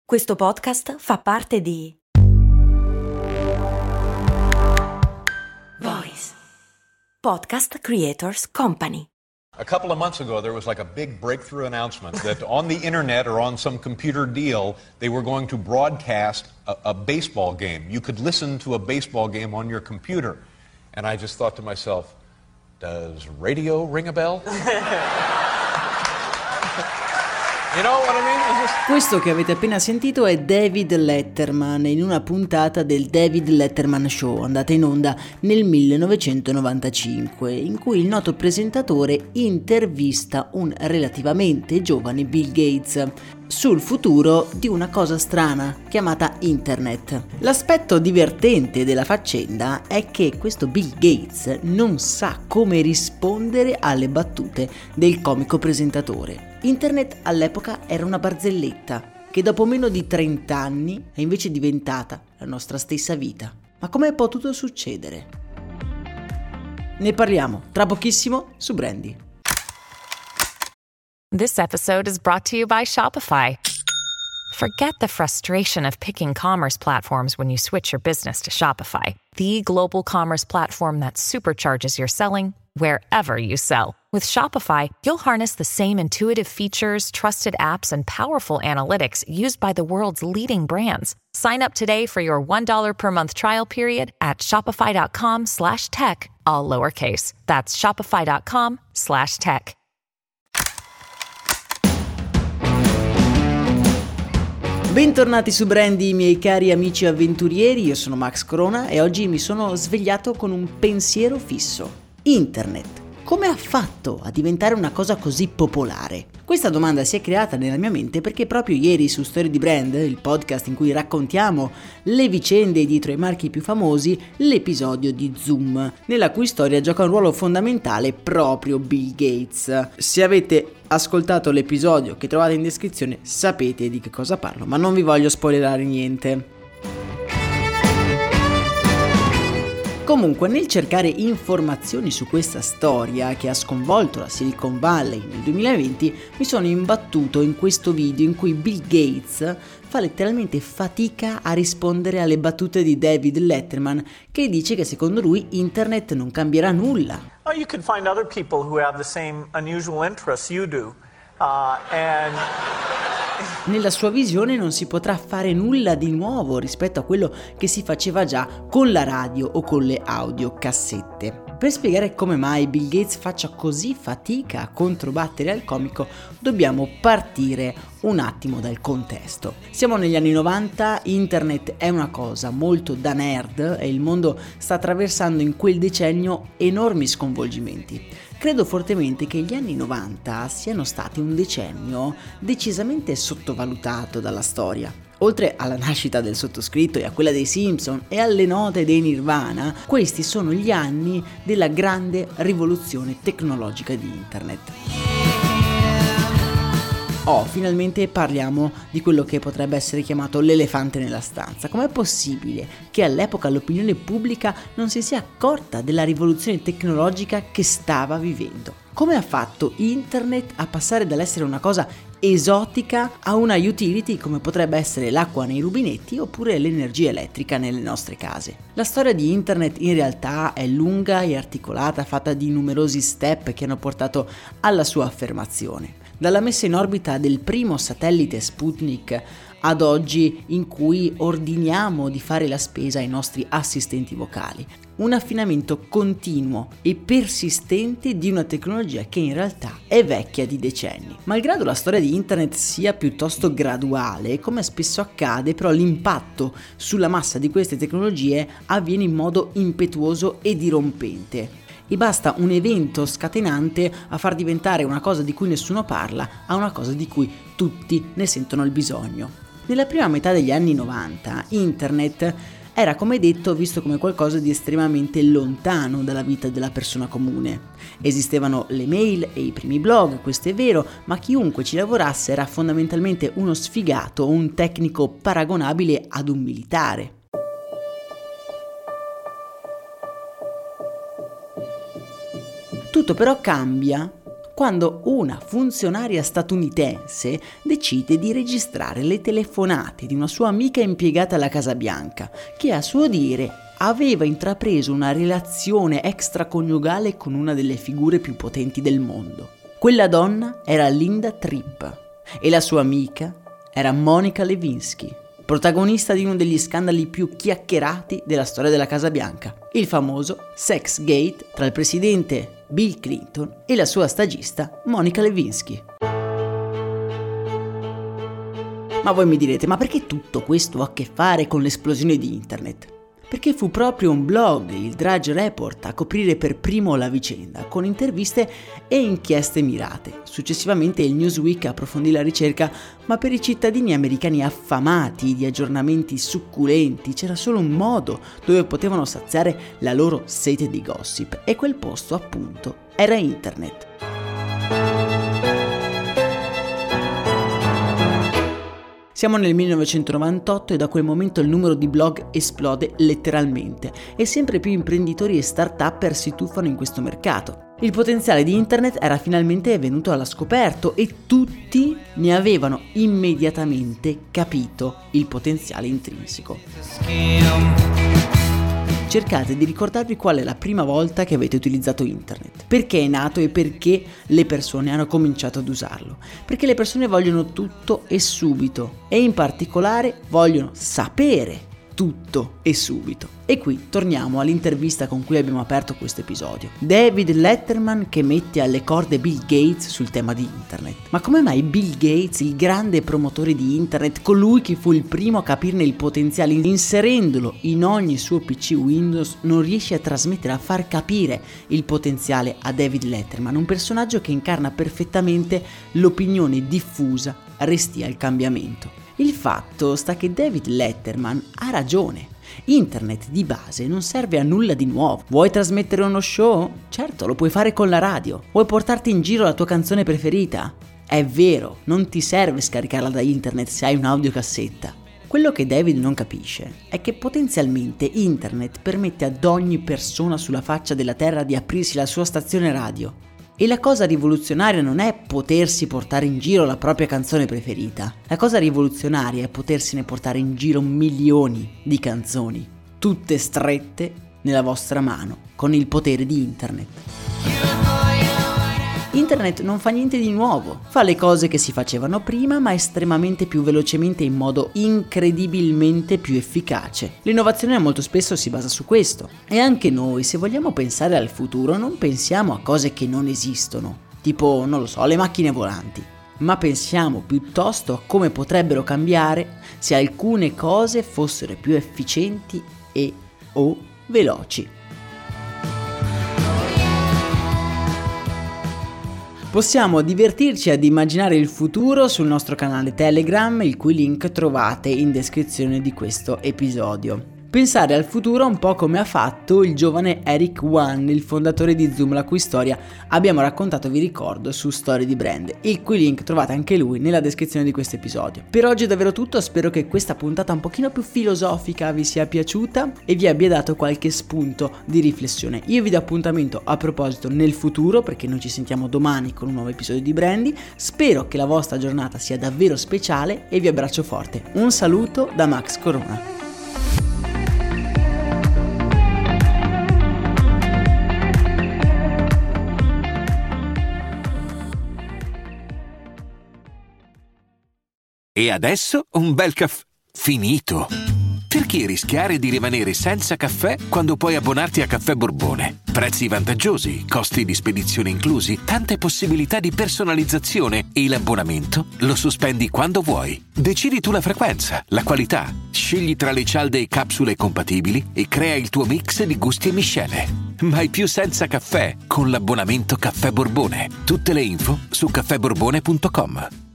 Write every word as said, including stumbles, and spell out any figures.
Questo podcast fa parte di Voice Podcast Creators Company. A couple of months ago, there was like a big breakthrough announcement that on the internet or on some computer deal, they were going to broadcast a, a baseball game. You could listen to a baseball game on your computer. And I just thought to myself, does radio ring a bell? You know what I mean? Just... Questo che avete appena sentito è David Letterman in una puntata del David Letterman Show, andata in onda nel millenovecentonovantacinque, in cui il noto presentatore intervista un relativamente giovane Bill Gates sul futuro di una cosa strana chiamata Internet. L'aspetto divertente della faccenda è che questo Bill Gates non sa come rispondere alle battute del comico presentatore. Internet all'epoca era una barzelletta che dopo meno di trenta anni è invece diventata la nostra stessa vita. Ma come è potuto succedere? Ne parliamo tra pochissimo su Brandy. This episode is brought to you by Shopify. Forget the frustration of picking commerce platforms when you switch your business to Shopify, the global commerce platform that supercharges your selling wherever you sell. With Shopify, you'll harness the same intuitive features, trusted apps, and powerful analytics used by the world's leading brands. Sign up today for your one dollar per month trial period at shopify.com slash tech, all lowercase. That's shopify.com slash tech. Bentornati su Brandy, miei cari amici avventurieri, io sono Max Corona e oggi mi sono svegliato con un pensiero fisso. Internet. Come ha fatto a diventare una cosa così popolare? Questa domanda si è creata nella mia mente perché proprio ieri su Story di Brand, il podcast in cui raccontiamo le vicende dietro ai marchi più famosi, l'episodio di Zoom, nella cui storia gioca un ruolo fondamentale proprio Bill Gates. Se avete ascoltato l'episodio che trovate in descrizione sapete di che cosa parlo, ma non vi voglio spoilerare niente. Comunque, nel cercare informazioni su questa storia che ha sconvolto la Silicon Valley nel duemilaventi, mi sono imbattuto in questo video in cui Bill Gates fa letteralmente fatica a rispondere alle battute di David Letterman, che dice che secondo lui internet non cambierà nulla. Oh, you can find other people who have the same unusual interests you do. Uh, and... Nella sua visione non si potrà fare nulla di nuovo rispetto a quello che si faceva già con la radio o con le audiocassette. Per spiegare come mai Bill Gates faccia così fatica a controbattere al comico, dobbiamo partire un attimo dal contesto. Siamo negli anni novanta, internet è una cosa molto da nerd e il mondo sta attraversando in quel decennio enormi sconvolgimenti. Credo fortemente che gli anni novanta siano stati un decennio decisamente sottovalutato dalla storia. Oltre alla nascita del sottoscritto e a quella dei Simpson e alle note dei Nirvana, questi sono gli anni della grande rivoluzione tecnologica di internet. Oh, finalmente parliamo di quello che potrebbe essere chiamato l'elefante nella stanza. Com'è possibile che all'epoca l'opinione pubblica non si sia accorta della rivoluzione tecnologica che stava vivendo? Come ha fatto internet a passare dall'essere una cosa esotica a una utility come potrebbe essere l'acqua nei rubinetti oppure l'energia elettrica nelle nostre case? La storia di internet in realtà è lunga e articolata, fatta di numerosi step che hanno portato alla sua affermazione. Dalla messa in orbita del primo satellite Sputnik ad oggi in cui ordiniamo di fare la spesa ai nostri assistenti vocali. Un affinamento continuo e persistente di una tecnologia che in realtà è vecchia di decenni. Malgrado la storia di internet sia piuttosto graduale, come spesso accade, però l'impatto sulla massa di queste tecnologie avviene in modo impetuoso e dirompente. E basta un evento scatenante a far diventare una cosa di cui nessuno parla a una cosa di cui tutti ne sentono il bisogno. Nella prima metà degli anni novanta, internet era, come detto, visto come qualcosa di estremamente lontano dalla vita della persona comune. Esistevano le mail e i primi blog, questo è vero, ma chiunque ci lavorasse era fondamentalmente uno sfigato o un tecnico paragonabile ad un militare. Tutto però cambia quando una funzionaria statunitense decide di registrare le telefonate di una sua amica impiegata alla Casa Bianca, che a suo dire aveva intrapreso una relazione extraconiugale con una delle figure più potenti del mondo. Quella donna era Linda Tripp e la sua amica era Monica Lewinsky, protagonista di uno degli scandali più chiacchierati della storia della Casa Bianca, il famoso Sex Gate tra il presidente Bill Clinton e la sua stagista Monica Lewinsky. Ma voi mi direte, ma perché tutto questo ha a che fare con l'esplosione di internet? Perché fu proprio un blog, il Drudge Report, a coprire per primo la vicenda, con interviste e inchieste mirate. Successivamente il Newsweek approfondì la ricerca, ma per i cittadini americani affamati di aggiornamenti succulenti c'era solo un modo dove potevano saziare la loro sete di gossip, e quel posto appunto era internet. Siamo nel millenovecentonovantotto e da quel momento il numero di blog esplode letteralmente e sempre più imprenditori e start-upper si tuffano in questo mercato. Il potenziale di internet era finalmente venuto alla scoperto e tutti ne avevano immediatamente capito il potenziale intrinseco. Cercate di ricordarvi qual è la prima volta che avete utilizzato internet, perché è nato e perché le persone hanno cominciato ad usarlo. Perché le persone vogliono tutto e subito, e in particolare vogliono sapere tutto e subito. E qui torniamo all'intervista con cui abbiamo aperto questo episodio. David Letterman che mette alle corde Bill Gates sul tema di internet. Ma come mai Bill Gates, il grande promotore di internet, colui che fu il primo a capirne il potenziale, inserendolo in ogni suo P C Windows, non riesce a trasmettere, a far capire il potenziale a David Letterman, un personaggio che incarna perfettamente l'opinione diffusa restia al cambiamento? Il fatto sta che David Letterman ha ragione. Internet di base non serve a nulla di nuovo. Vuoi trasmettere uno show? Certo, lo puoi fare con la radio. Vuoi portarti in giro la tua canzone preferita? È vero, non ti serve scaricarla da internet se hai un'audiocassetta. Quello che David non capisce è che potenzialmente internet permette ad ogni persona sulla faccia della terra di aprirsi la sua stazione radio. E la cosa rivoluzionaria non è potersi portare in giro la propria canzone preferita. La cosa rivoluzionaria è potersene portare in giro milioni di canzoni, tutte strette nella vostra mano, con il potere di internet. Internet non fa niente di nuovo, fa le cose che si facevano prima ma estremamente più velocemente e in modo incredibilmente più efficace. L'innovazione molto spesso si basa su questo e anche noi, se vogliamo pensare al futuro, non pensiamo a cose che non esistono, tipo, non lo so, le macchine volanti, ma pensiamo piuttosto a come potrebbero cambiare se alcune cose fossero più efficienti e o veloci. Possiamo divertirci ad immaginare il futuro sul nostro canale Telegram, il cui link trovate in descrizione di questo episodio. Pensare al futuro un po' come ha fatto il giovane Eric Yuan, il fondatore di Zoom, la cui storia abbiamo raccontato, vi ricordo, su Storie di Brand, il cui link trovate anche lui nella descrizione di questo episodio. Per oggi è davvero tutto, spero che questa puntata un pochino più filosofica vi sia piaciuta e vi abbia dato qualche spunto di riflessione. Io vi do appuntamento a proposito nel futuro, perché noi ci sentiamo domani con un nuovo episodio di Brandy. Spero che la vostra giornata sia davvero speciale e vi abbraccio forte. Un saluto da Max Corona. E adesso un bel caffè finito. Perché rischiare di rimanere senza caffè quando puoi abbonarti a Caffè Borbone? Prezzi vantaggiosi, costi di spedizione inclusi, tante possibilità di personalizzazione e l'abbonamento lo sospendi quando vuoi. Decidi tu la frequenza, la qualità, scegli tra le cialde e capsule compatibili e crea il tuo mix di gusti e miscele. Mai più senza caffè con l'abbonamento Caffè Borbone. Tutte le info su caffè borbone punto com.